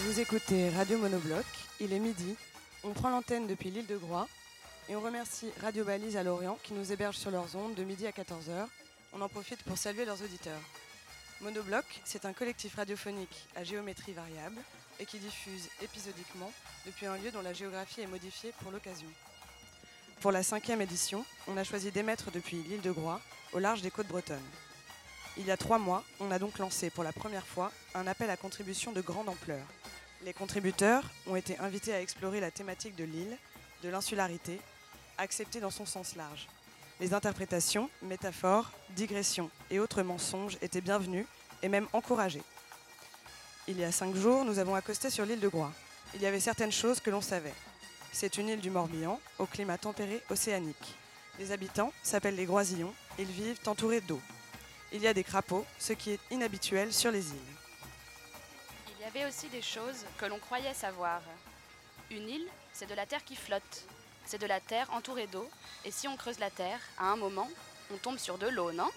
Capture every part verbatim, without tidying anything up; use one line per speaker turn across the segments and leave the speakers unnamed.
Vous écoutez Radio Monobloc, il est midi, on prend l'antenne depuis l'île de Groix et on remercie Radio Balise à Lorient qui nous héberge sur leurs ondes de midi à quatorze heures. On en profite pour saluer leurs auditeurs. Monobloc, c'est un collectif radiophonique à géométrie variable et qui diffuse épisodiquement depuis un lieu dont la géographie est modifiée pour l'occasion. Pour la cinquième édition, on a choisi d'émettre depuis l'île de Groix, au large des côtes bretonnes. Il y a trois mois, on a donc lancé pour la première fois un appel à contribution de grande ampleur. Les contributeurs ont été invités à explorer la thématique de l'île, de l'insularité, acceptée dans son sens large. Les interprétations, métaphores, digressions et autres mensonges étaient bienvenus et même encouragés. Il y a cinq jours, nous avons accosté sur l'île de Groix. Il y avait certaines choses que l'on savait. C'est une île du Morbihan, au climat tempéré océanique. Les habitants s'appellent les Groisillons, ils vivent entourés d'eau. Il y a des crapauds, ce qui est inhabituel sur les îles.
Il y avait aussi des choses que l'on croyait savoir. Une île, c'est de la terre qui flotte. C'est de la terre entourée d'eau, et si on creuse la terre, à un moment, on tombe sur de l'eau, non ?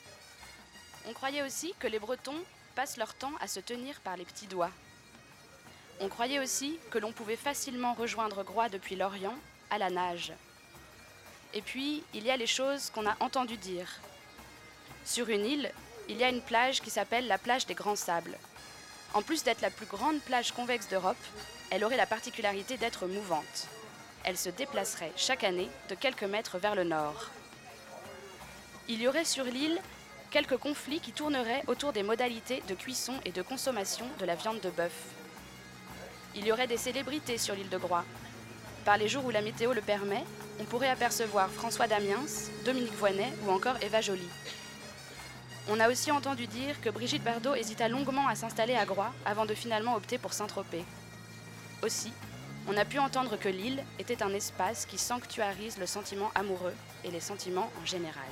On croyait aussi que les Bretons passent leur temps à se tenir par les petits doigts. On croyait aussi que l'on pouvait facilement rejoindre Groix depuis l'Orient, à la nage. Et puis, il y a les choses qu'on a entendu dire. Sur une île, il y a une plage qui s'appelle la plage des Grands Sables. En plus d'être la plus grande plage convexe d'Europe, elle aurait la particularité d'être mouvante. Elle se déplacerait chaque année de quelques mètres vers le nord. Il y aurait sur l'île quelques conflits qui tourneraient autour des modalités de cuisson et de consommation de la viande de bœuf. Il y aurait des célébrités sur l'île de Groix. Par les jours où la météo le permet, on pourrait apercevoir François Damiens, Dominique Voynet ou encore Eva Joly. On a aussi entendu dire que Brigitte Bardot hésita longuement à s'installer à Groix avant de finalement opter pour Saint-Tropez. Aussi, on a pu entendre que l'île était un espace qui sanctuarise le sentiment amoureux et les sentiments en général.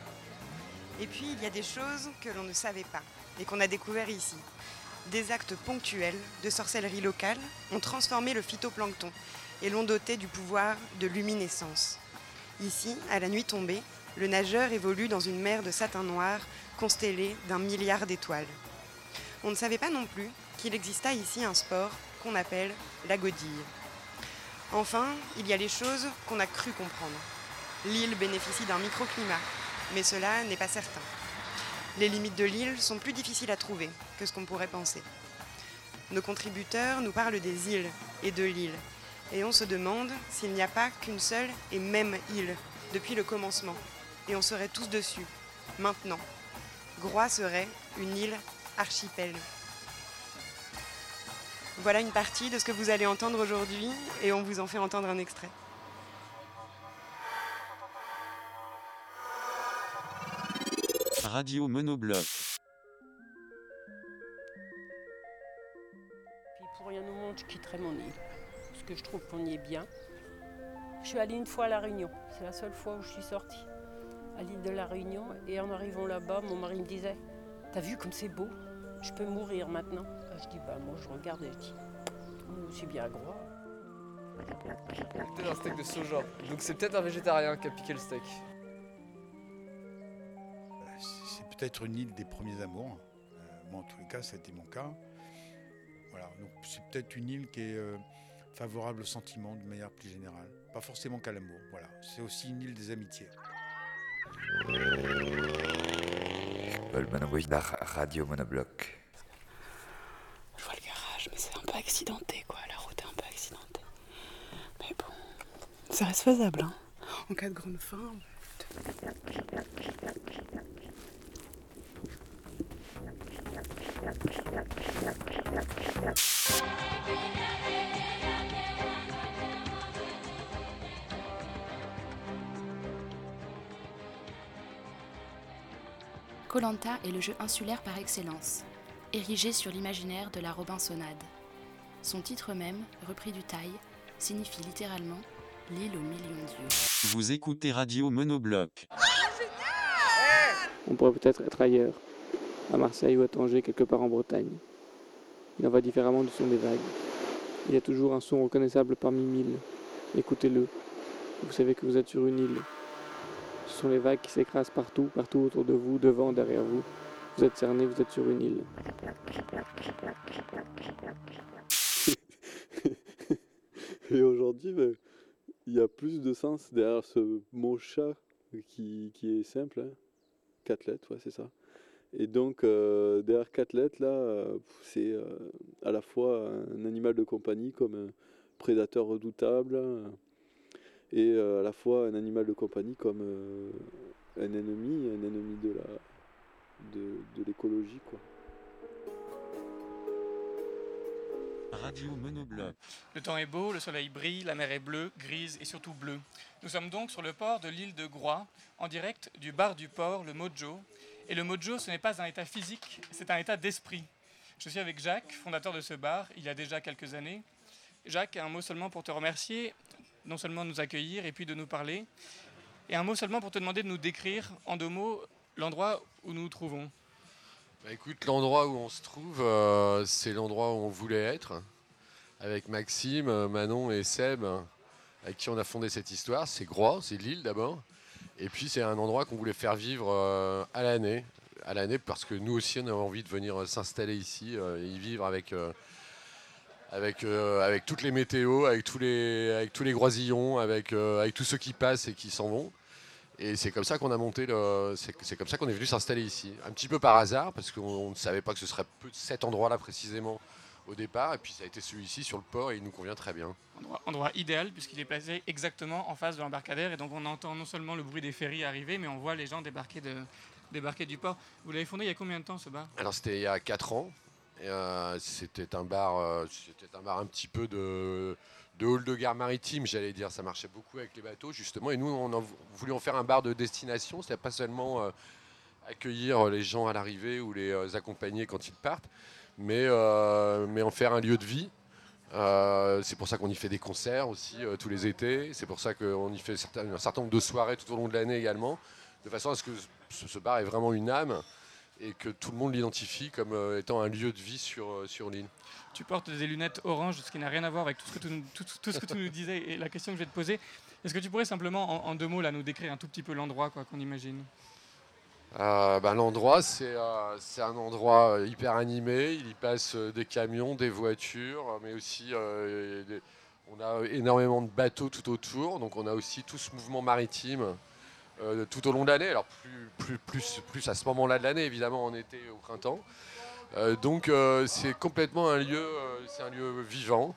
Et puis, il y a des choses que l'on ne savait pas et qu'on a découvert ici. Des actes ponctuels de sorcellerie locale ont transformé le phytoplancton et l'ont doté du pouvoir de luminescence. Ici, à la nuit tombée, le nageur évolue dans une mer de satin noir constellée d'un milliard d'étoiles. On ne savait pas non plus qu'il exista ici un sport qu'on appelle la godille. Enfin, il y a les choses qu'on a cru comprendre. L'île bénéficie d'un microclimat, mais cela n'est pas certain. Les limites de l'île sont plus difficiles à trouver que ce qu'on pourrait penser. Nos contributeurs nous parlent des îles et de l'île, et on se demande s'il n'y a pas qu'une seule et même île depuis le commencement, et on serait tous dessus, maintenant. Groix serait une île archipel. Voilà une partie de ce que vous allez entendre aujourd'hui, et on vous en fait entendre un extrait.
Radio Monobloc.
Puis pour rien au monde, je quitterai mon île, parce que je trouve qu'on y est bien. Je suis allée une fois à La Réunion, c'est la seule fois où je suis sortie, à l'île de La Réunion, et en arrivant là-bas, mon mari me disait « T'as vu comme c'est beau? Je peux mourir maintenant ?» Je dis « Bah moi je regarde et je dis « Moi aussi bien à Groix. »
C'était un steak de soja, donc c'est peut-être un végétarien qui a piqué le steak.
C'est peut-être une île des premiers amours. Euh, moi, en tous les cas, ça a été mon cas. Voilà, donc c'est peut-être une île qui est euh, favorable au sentiment d'une manière plus générale. Pas forcément qu'à l'amour. Voilà, c'est aussi une île des amitiés.
Paul Manobouidar, Radio Monobloc.
Je vois le garage, mais c'est un peu accidenté, quoi. La route est un peu accidentée. Mais bon, ça reste faisable, hein. En cas de grande faim.
Koh-Lanta est le jeu insulaire par excellence, érigé sur l'imaginaire de la Robinsonade. Son titre même, repris du thaï, signifie littéralement « l'île aux millions d'yeux ».
Vous écoutez Radio Monobloc.
On pourrait peut-être être ailleurs, à Marseille ou à Tanger, quelque part en Bretagne. Il en va différemment du son des vagues. Il y a toujours un son reconnaissable parmi mille. Écoutez-le. Vous savez que vous êtes sur une île. Ce sont les vagues qui s'écrasent partout, partout autour de vous, devant, derrière vous. Vous êtes cerné, vous êtes sur une île.
Et aujourd'hui, ben, il y a plus de sens derrière ce mot chat qui, qui est simple, hein. Quatre lettres, ouais, c'est ça. Et donc, euh, derrière quatre lettres, là, euh, c'est euh, à la fois un animal de compagnie comme un prédateur redoutable euh, et euh, à la fois un animal de compagnie comme euh, un ennemi, un ennemi de la de, de l'écologie, quoi.
Radio Monobloc.
Le temps est beau, le soleil brille, la mer est bleue, grise et surtout bleue. Nous sommes donc sur le port de l'île de Groix, en direct du bar du port, le Mojo. Et le Mojo, ce n'est pas un état physique, c'est un état d'esprit. Je suis avec Jacques, fondateur de ce bar, il y a déjà quelques années. Jacques, un mot seulement pour te remercier, non seulement de nous accueillir et puis de nous parler, et un mot seulement pour te demander de nous décrire, en deux mots, l'endroit où nous nous trouvons.
Bah écoute, l'endroit où on se trouve, euh, c'est l'endroit où on voulait être, avec Maxime, Manon et Seb, avec qui on a fondé cette histoire. C'est Groix, c'est l'île d'abord. Et puis c'est un endroit qu'on voulait faire vivre euh, à l'année, à l'année parce que nous aussi on avait envie de venir s'installer ici euh, et y vivre avec, euh, avec, euh, avec toutes les météos, avec tous les, avec tous les groisillons, avec, euh, avec tous ceux qui passent et qui s'en vont. Et c'est comme ça qu'on a monté le, c'est, c'est comme ça qu'on est venu s'installer ici. Un petit peu par hasard, parce qu'on ne savait pas que ce serait cet endroit-là précisément au départ. Et puis ça a été celui-ci sur le port et il nous convient très bien.
Endroit, endroit idéal puisqu'il est placé exactement en face de l'embarcadère. Et donc on entend non seulement le bruit des ferries arriver, mais on voit les gens débarquer, de, débarquer du port. Vous l'avez fondé il y a combien de temps ce bar ?
Alors c'était il y a quatre ans. Et, euh, c'était, un bar, euh, c'était un bar un petit peu de... de hall de gare maritime, j'allais dire. Ça marchait beaucoup avec les bateaux, justement. Et nous, on a voulu en faire un bar de destination. C'est pas seulement euh, accueillir les gens à l'arrivée ou les euh, accompagner quand ils partent, mais, euh, mais en faire un lieu de vie. Euh, c'est pour ça qu'on y fait des concerts aussi euh, tous les étés. C'est pour ça qu'on y fait certain, un certain nombre de soirées tout au long de l'année également, de façon à ce que ce, ce bar ait vraiment une âme et que tout le monde l'identifie comme euh, étant un lieu de vie sur, euh, sur l'île.
Tu portes des lunettes orange, ce qui n'a rien à voir avec tout ce que tu, tout, tout ce que tu nous disais et la question que je vais te poser. Est-ce que tu pourrais simplement, en, en deux mots, là, nous décrire un tout petit peu l'endroit quoi, qu'on imagine ?
euh, ben, L'endroit, c'est, euh, c'est un endroit hyper animé. Il y passe euh, des camions, des voitures, mais aussi euh, des, on a énormément de bateaux tout autour. Donc on a aussi tout ce mouvement maritime euh, tout au long de l'année. Alors plus, plus, plus, plus à ce moment-là de l'année, évidemment en été et au printemps. Euh, donc euh, c'est complètement un lieu, euh, c'est un lieu vivant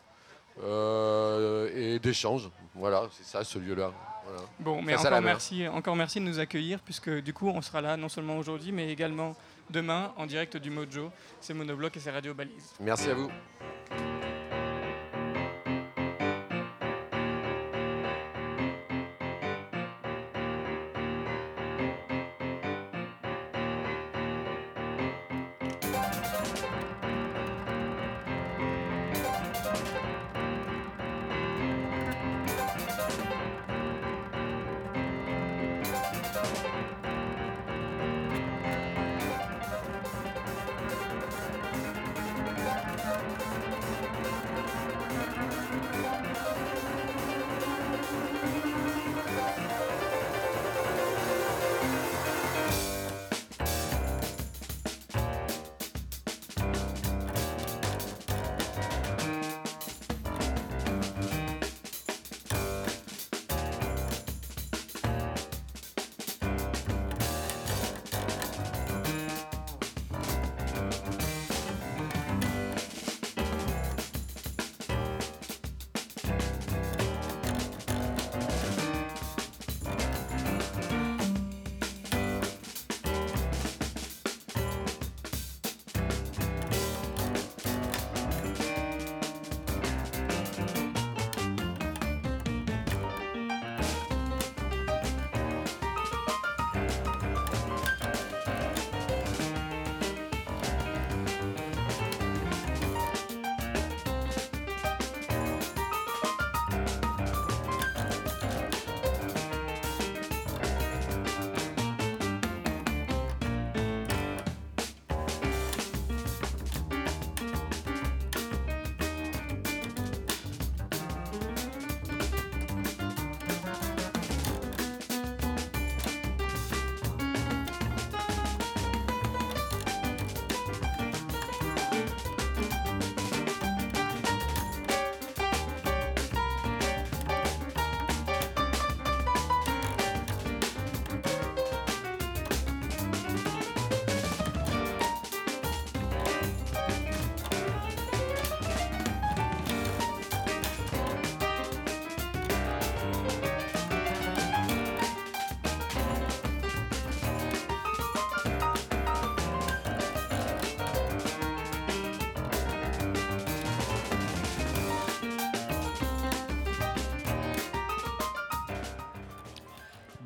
euh, et d'échange. Voilà, c'est ça ce lieu-là. Voilà.
Bon, mais encore merci, encore merci de nous accueillir puisque du coup on sera là non seulement aujourd'hui mais également demain en direct du Mojo. C'est Monobloc et c'est Radio Balise.
Merci à vous.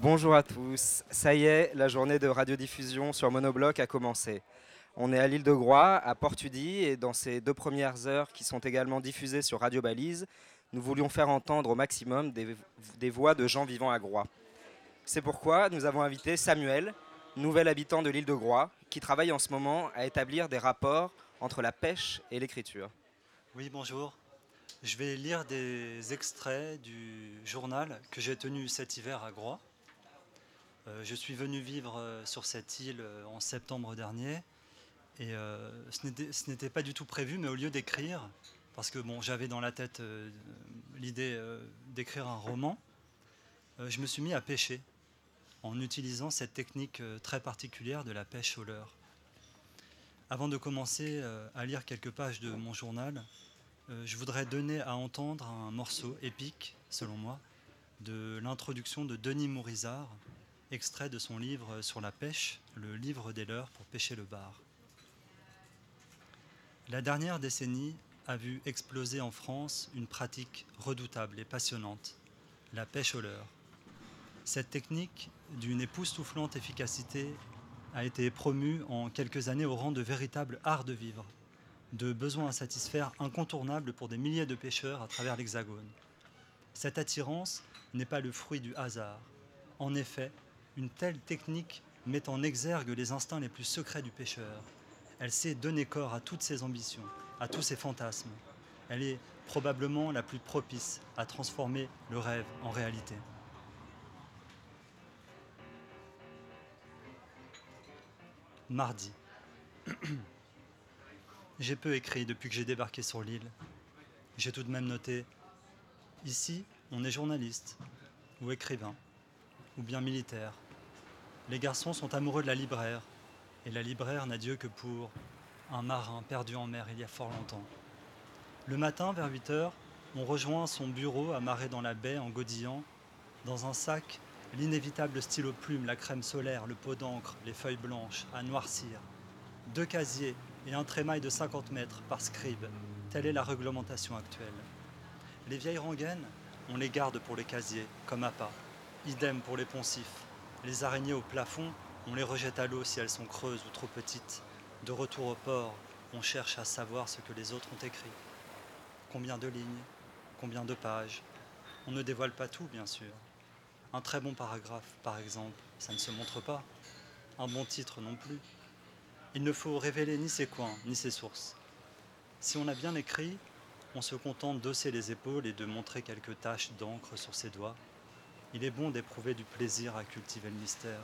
Bonjour à tous, ça y est, la journée de radiodiffusion sur Monobloc a commencé. On est à l'île de Groix, à Port-Tudy, et dans ces deux premières heures qui sont également diffusées sur Radio Balise, nous voulions faire entendre au maximum des, des voix de gens vivant à Groix. C'est pourquoi nous avons invité Samuel, nouvel habitant de l'île de Groix, qui travaille en ce moment à établir des rapports entre la pêche et l'écriture.
Oui, bonjour. Je vais lire des extraits du journal que j'ai tenu cet hiver à Groix. Euh, je suis venu vivre euh, sur cette île euh, en septembre dernier et euh, ce n'était, ce n'était pas du tout prévu, mais au lieu d'écrire, parce que bon, j'avais dans la tête euh, l'idée euh, d'écrire un roman, euh, je me suis mis à pêcher en utilisant cette technique euh, très particulière de la pêche au leurre. Avant de commencer euh, à lire quelques pages de mon journal, euh, je voudrais donner à entendre un morceau épique, selon moi, de l'introduction de Denis Mourizard, extrait de son livre sur la pêche, le livre des leurres pour pêcher le bar. La dernière décennie a vu exploser en France une pratique redoutable et passionnante, la pêche au leurre. Cette technique, d'une époustouflante efficacité, a été promue en quelques années au rang de véritable art de vivre, de besoin à satisfaire incontournable pour des milliers de pêcheurs à travers l'Hexagone. Cette attirance n'est pas le fruit du hasard. En effet, une telle technique met en exergue les instincts les plus secrets du pêcheur. Elle sait donner corps à toutes ses ambitions, à tous ses fantasmes. Elle est probablement la plus propice à transformer le rêve en réalité. Mardi. J'ai peu écrit depuis que j'ai débarqué sur l'île. J'ai tout de même noté « Ici, on est journaliste, ou écrivain, ou bien militaire. Les garçons sont amoureux de la libraire, et la libraire n'a Dieu que pour un marin perdu en mer il y a fort longtemps. Le matin, vers huit heures, on rejoint son bureau amarré dans la baie en godillant, dans un sac, l'inévitable stylo plume, la crème solaire, le pot d'encre, les feuilles blanches à noircir, deux casiers et un trémail de cinquante mètres par scribe. Telle est la réglementation actuelle. Les vieilles rengaines, on les garde pour les casiers, comme appât. Idem pour les poncifs. Les araignées au plafond, on les rejette à l'eau si elles sont creuses ou trop petites. De retour au port, on cherche à savoir ce que les autres ont écrit. Combien de lignes? Combien de pages? On ne dévoile pas tout, bien sûr. Un très bon paragraphe, par exemple, ça ne se montre pas. Un bon titre non plus. Il ne faut révéler ni ses coins, ni ses sources. Si on a bien écrit, on se contente d'hausser les épaules et de montrer quelques taches d'encre sur ses doigts. Il est bon d'éprouver du plaisir à cultiver le mystère.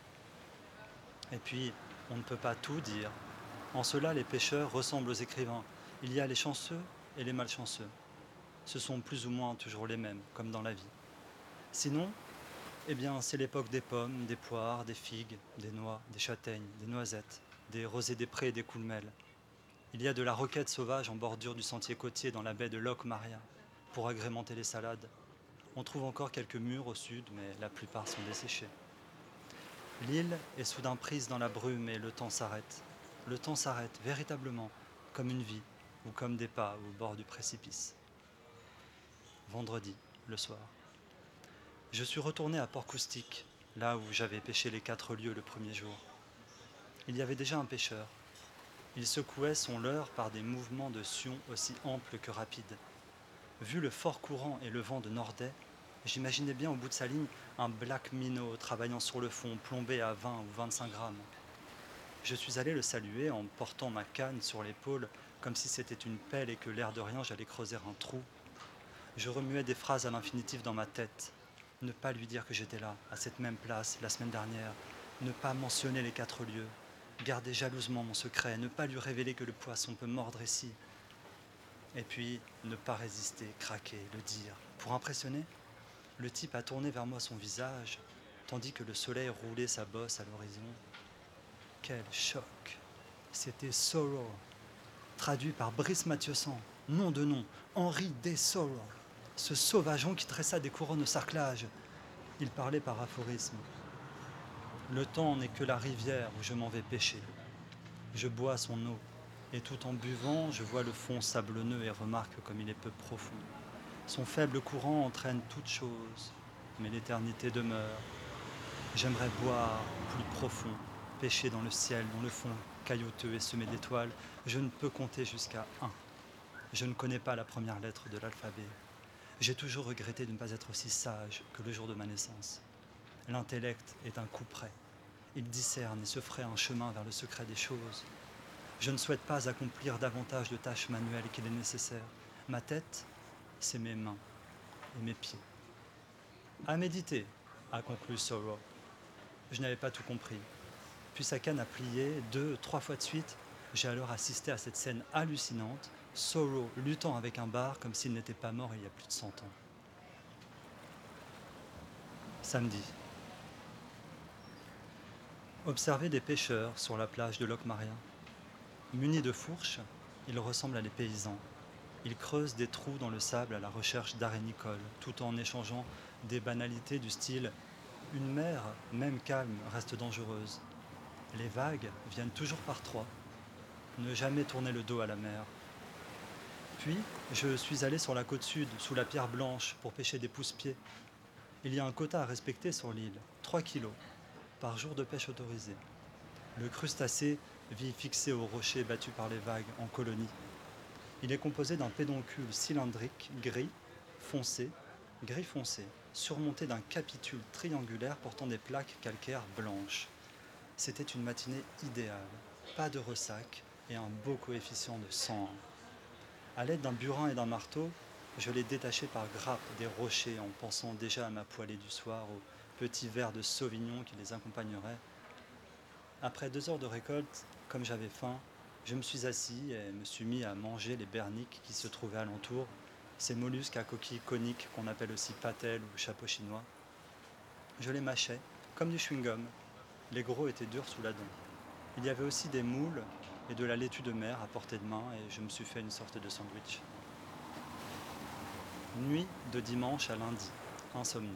Et puis, on ne peut pas tout dire. En cela, les pêcheurs ressemblent aux écrivains. Il y a les chanceux et les malchanceux. Ce sont plus ou moins toujours les mêmes, comme dans la vie. Sinon, eh bien, c'est l'époque des pommes, des poires, des figues, des noix, des châtaignes, des noisettes, des rosés des prés et des coulmelles. Il y a de la roquette sauvage en bordure du sentier côtier dans la baie de Loch Maria pour agrémenter les salades. On trouve encore quelques murs au sud, mais la plupart sont desséchés. L'île est soudain prise dans la brume et le temps s'arrête. Le temps s'arrête véritablement, comme une vie, ou comme des pas au bord du précipice. Vendredi, le soir. Je suis retourné à Port-Coustic, là où j'avais pêché les quatre lieues le premier jour. Il y avait déjà un pêcheur. Il secouait son leurre par des mouvements de sion aussi amples que rapides. Vu le fort courant et le vent de nordais, j'imaginais bien au bout de sa ligne un black minnow travaillant sur le fond, plombé à vingt ou vingt-cinq grammes. Je suis allé le saluer en portant ma canne sur l'épaule comme si c'était une pelle et que l'air de rien j'allais creuser un trou. Je remuais des phrases à l'infinitif dans ma tête. Ne pas lui dire que j'étais là, à cette même place, la semaine dernière. Ne pas mentionner les quatre lieues. Garder jalousement mon secret. Ne pas lui révéler que le poisson peut mordre ici. Et puis, ne pas résister, craquer, le dire. Pour impressionner, le type a tourné vers moi son visage, tandis que le soleil roulait sa bosse à l'horizon. Quel choc! C'était Sorrow, traduit par Brice Mathieusan, nom de nom, Henri D. Sorrow, ce sauvageon qui tressa des couronnes au sarclage. Il parlait par aphorisme. Le temps n'est que la rivière où je m'en vais pêcher. Je bois son eau, et tout en buvant, je vois le fond sablonneux et remarque comme il est peu profond. Son faible courant entraîne toute chose, mais l'éternité demeure. J'aimerais boire plus profond, pêcher dans le ciel, dans le fond caillouteux et semé d'étoiles. Je ne peux compter jusqu'à un. Je ne connais pas la première lettre de l'alphabet. J'ai toujours regretté de ne pas être aussi sage que le jour de ma naissance. L'intellect est un coup près. Il discerne et se fraye un chemin vers le secret des choses. Je ne souhaite pas accomplir davantage de tâches manuelles qu'il est nécessaire. Ma tête, c'est mes mains et mes pieds. À méditer, a conclu Sorrow. Je n'avais pas tout compris. Puis sa canne a plié deux, trois fois de suite. J'ai alors assisté à cette scène hallucinante, Sorrow luttant avec un bar comme s'il n'était pas mort il y a plus de cent ans. Samedi. Observer des pêcheurs sur la plage de Locmaria. Munis de fourches, ils ressemblent à des paysans. Ils creusent des trous dans le sable à la recherche d'arénicoles, tout en échangeant des banalités du style « Une mer, même calme, reste dangereuse. Les vagues viennent toujours par trois. Ne jamais tourner le dos à la mer. » Puis, je suis allé sur la côte sud, sous la pierre blanche, pour pêcher des pousse-pieds. Il y a un quota à respecter sur l'île, trois kilos, par jour de pêche autorisé. Le crustacé vit fixé au rocher battu par les vagues en colonie. Il est composé d'un pédoncule cylindrique gris foncé, gris foncé, surmonté d'un capitule triangulaire portant des plaques calcaires blanches. C'était une matinée idéale, pas de ressac et un beau coefficient de cent un. À l'aide d'un burin et d'un marteau, je l'ai détaché par grappes des rochers en pensant déjà à ma poêlée du soir, au petit verre de sauvignon qui les accompagnerait. Après deux heures de récolte, comme j'avais faim, je me suis assis et me suis mis à manger les berniques qui se trouvaient alentour, ces mollusques à coquilles coniques qu'on appelle aussi patelles ou chapeau chinois. Je les mâchais, comme du chewing-gum. Les gros étaient durs sous la dent. Il y avait aussi des moules et de la laitue de mer à portée de main et je me suis fait une sorte de sandwich. Nuit de dimanche à lundi, insomnie.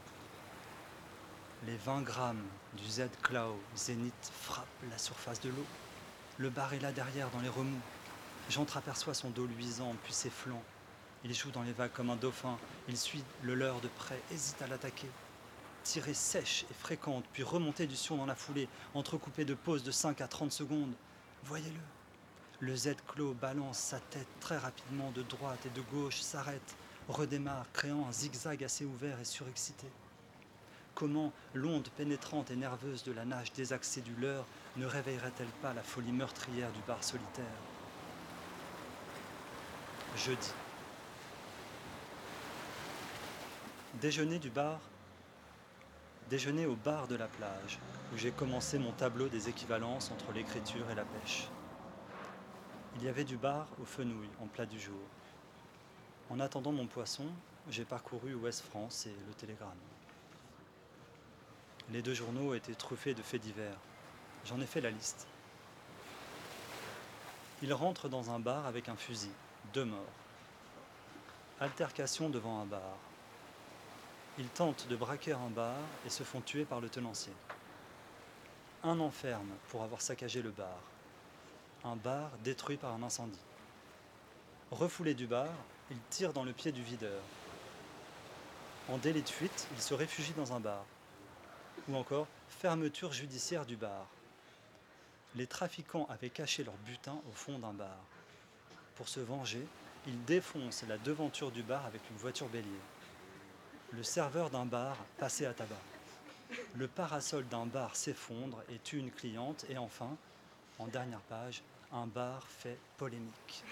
Les vingt grammes du Z-Cloud Zénith frappent la surface de l'eau. Le bar est là derrière dans les remous. J'entreaperçois son dos luisant puis ses flancs. Il joue dans les vagues comme un dauphin. Il suit le leurre de près, hésite à l'attaquer. Tirée sèche et fréquente, puis remontée du sion dans la foulée, entrecoupée de pauses de cinq à trente secondes. Voyez-le. Le Z-Cloud balance sa tête très rapidement de droite et de gauche, s'arrête, redémarre, créant un zigzag assez ouvert et surexcité. Comment l'onde pénétrante et nerveuse de la nage désaxée du leurre ne réveillerait-elle pas la folie meurtrière du bar solitaire? Jeudi. Déjeuner du bar. Déjeuner au bar de la plage, où j'ai commencé mon tableau des équivalences entre l'écriture et la pêche. Il y avait du bar au fenouil, en plat du jour. En attendant mon poisson, j'ai parcouru Ouest France et le Télégramme. Les deux journaux étaient truffés de faits divers. J'en ai fait la liste. Il rentre dans un bar avec un fusil. Deux morts. Altercation devant un bar. Ils tentent de braquer un bar et se font tuer par le tenancier. Un enferme pour avoir saccagé le bar. Un bar détruit par un incendie. Refoulé du bar, il tire dans le pied du videur. En délai de fuite, il se réfugie dans un bar. Ou encore, fermeture judiciaire du bar. Les trafiquants avaient caché leur butin au fond d'un bar. Pour se venger, ils défoncent la devanture du bar avec une voiture bélier. Le serveur d'un bar passé à tabac. Le parasol d'un bar s'effondre et tue une cliente. Et enfin, en dernière page, un bar fait polémique.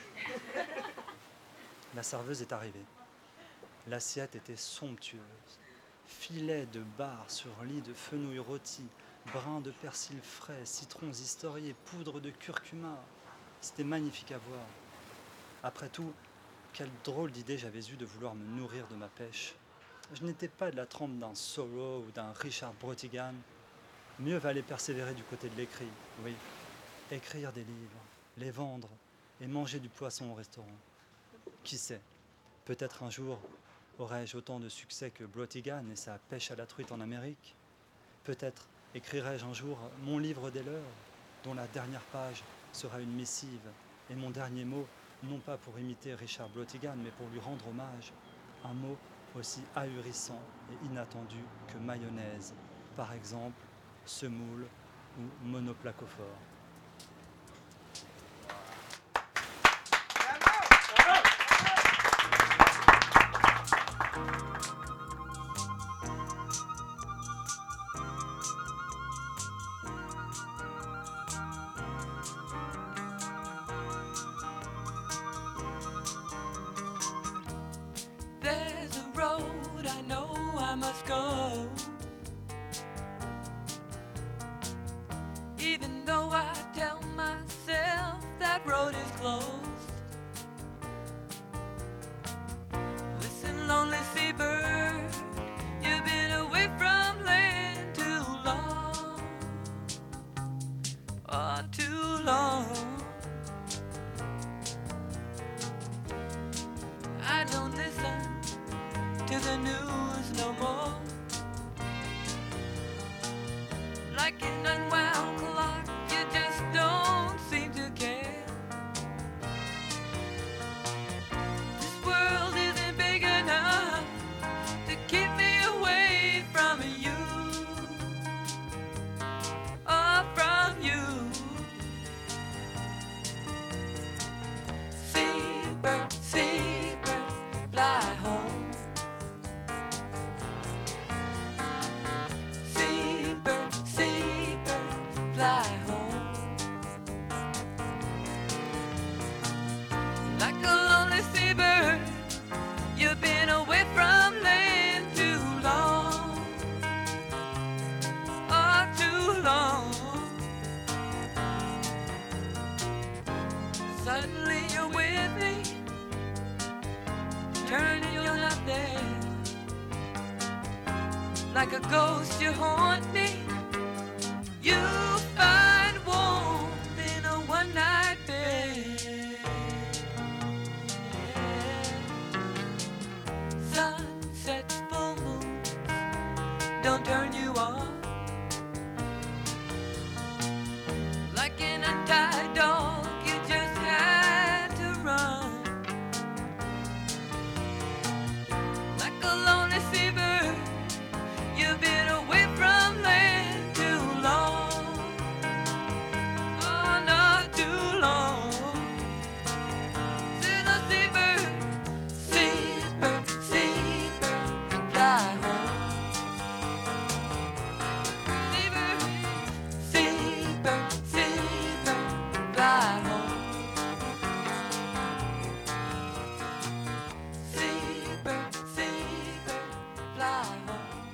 La serveuse est arrivée. L'assiette était somptueuse. Filet de bar sur lit de fenouil rôti, brin de persil frais, citrons historiés, poudre de curcuma. C'était magnifique à voir. Après tout, quelle drôle d'idée j'avais eue de vouloir me nourrir de ma pêche. Je n'étais pas de la trempe d'un Sorrow ou d'un Richard Brotigan. Mieux valait persévérer du côté de l'écrit, oui. Écrire des livres, les vendre et manger du poisson au restaurant. Qui sait, peut-être un jour aurais-je autant de succès que Brotigan et sa pêche à la truite en Amérique. Peut-être écrirai-je un jour mon livre des leurs, dont la dernière page sera une missive, et mon dernier mot, non pas pour imiter Richard Brotigan, mais pour lui rendre hommage, un mot aussi ahurissant et inattendu que mayonnaise, par exemple semoule ou monoplacophore.
There's a road I know I must go, even though I tell myself that road is closed. Listen, lonely seabird, you've been away from land too long, oh, too long. I don't listen to the news no more. Like an unwound clock, you just don't seem to care. This world isn't big enough to keep me away from you, oh, from you. Seabird, seabird, fly home. Seabird, seabird, fly home. Like a lonely seabird, you've been away from land too long, oh, too long. Suddenly you're with me, turning you're not there. Like a ghost you haunt me, you find warmth in a one-night bed. Sunsets, full moons don't turn you on. Like an untied dog, you just had to run. Like a lonely seabird, you've been away from land too long, oh, not too long. Still a seabird, seabird, seabird, fly home. Seabird, seabird, seabird, fly home. Seabird, seabird, fly home.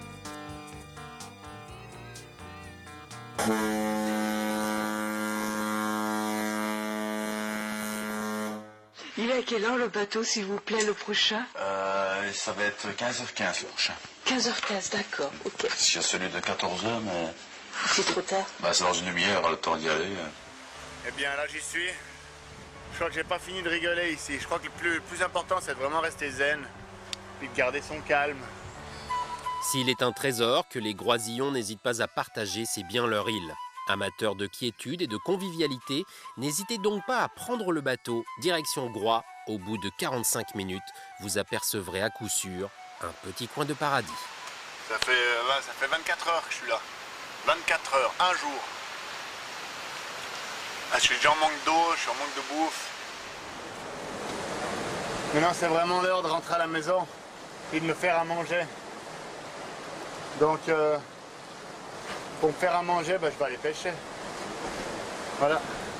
Il est à quelle heure le bateau, s'il vous plaît, le prochain?
Euh, ça va être quinze heures quinze le prochain.
quinze heures quinze, d'accord, ok.
Il y a celui de quatorze heures, mais...
C'est trop tard.
Bah, c'est dans une demi-heure, le temps d'y aller.
Eh bien, là, j'y suis. Je crois que j'ai pas fini de rigoler ici. Je crois que le plus, le plus important, c'est de vraiment rester zen, puis de garder son calme.
S'il est un trésor que les Groisillons n'hésitent pas à partager, c'est bien leur île. Amateurs de quiétude et de convivialité, n'hésitez donc pas à prendre le bateau, direction Groix. Au bout de quarante-cinq minutes, vous apercevrez à coup sûr un petit coin de paradis.
Ça fait, euh, ça fait vingt-quatre heures que je suis là. vingt-quatre heures, un jour. Ah, je suis déjà en manque d'eau, je suis en manque de bouffe. Maintenant, c'est vraiment l'heure de rentrer à la maison et de me faire à manger. Donc, euh, pour me faire à manger, ben, je vais aller pêcher. Voilà.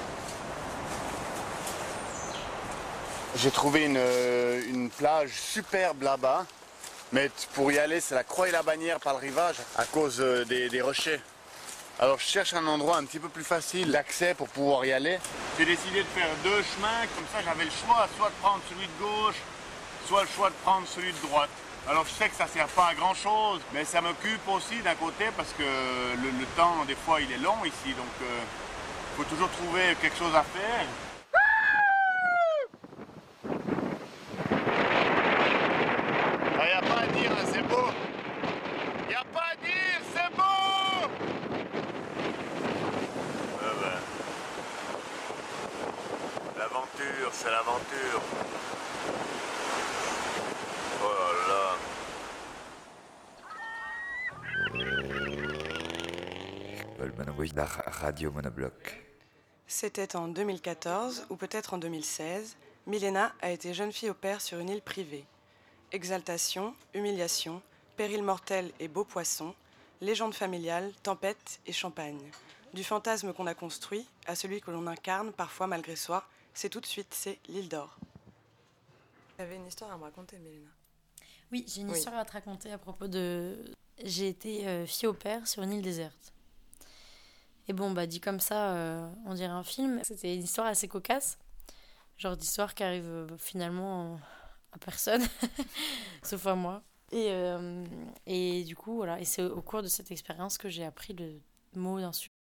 J'ai trouvé une, une plage superbe là-bas, mais pour y aller, c'est la croix et la bannière par le rivage à cause des, des rochers. Alors je cherche un endroit un petit peu plus facile d'accès pour pouvoir y aller. J'ai décidé de faire deux chemins, comme ça j'avais le choix, soit de prendre celui de gauche, soit le choix de prendre celui de droite. Alors je sais que ça ne sert pas à grand chose, mais ça m'occupe aussi d'un côté parce que le, le temps des fois il est long ici, donc il euh, faut toujours trouver quelque chose à faire. Il n'y a pas à dire, c'est beau. Il n'y a pas à dire, c'est beau. Ah ben. L'aventure, c'est l'aventure. Oh là là.
Radio Monobloc.
C'était en deux mille quatorze, ou peut-être en deux mille seize, Milena a été jeune fille au père sur une île privée. Exaltation, humiliation, péril mortel et beaux poissons, légende familiale, tempête et champagne. Du fantasme qu'on a construit à celui que l'on incarne parfois malgré soi, c'est tout de suite, c'est l'île d'or. Tu avais une histoire à me raconter, Milena.
Oui, j'ai une
Oui.
histoire à te raconter à propos de... J'ai été euh, fille au père sur une île déserte. Et bon, bah dit comme ça, euh, on dirait un film. C'était une histoire assez cocasse. Genre d'histoire qui arrive euh, finalement à personne, sauf à moi. Et, euh, et du coup, voilà. Et c'est au cours de cette expérience que j'ai appris le mot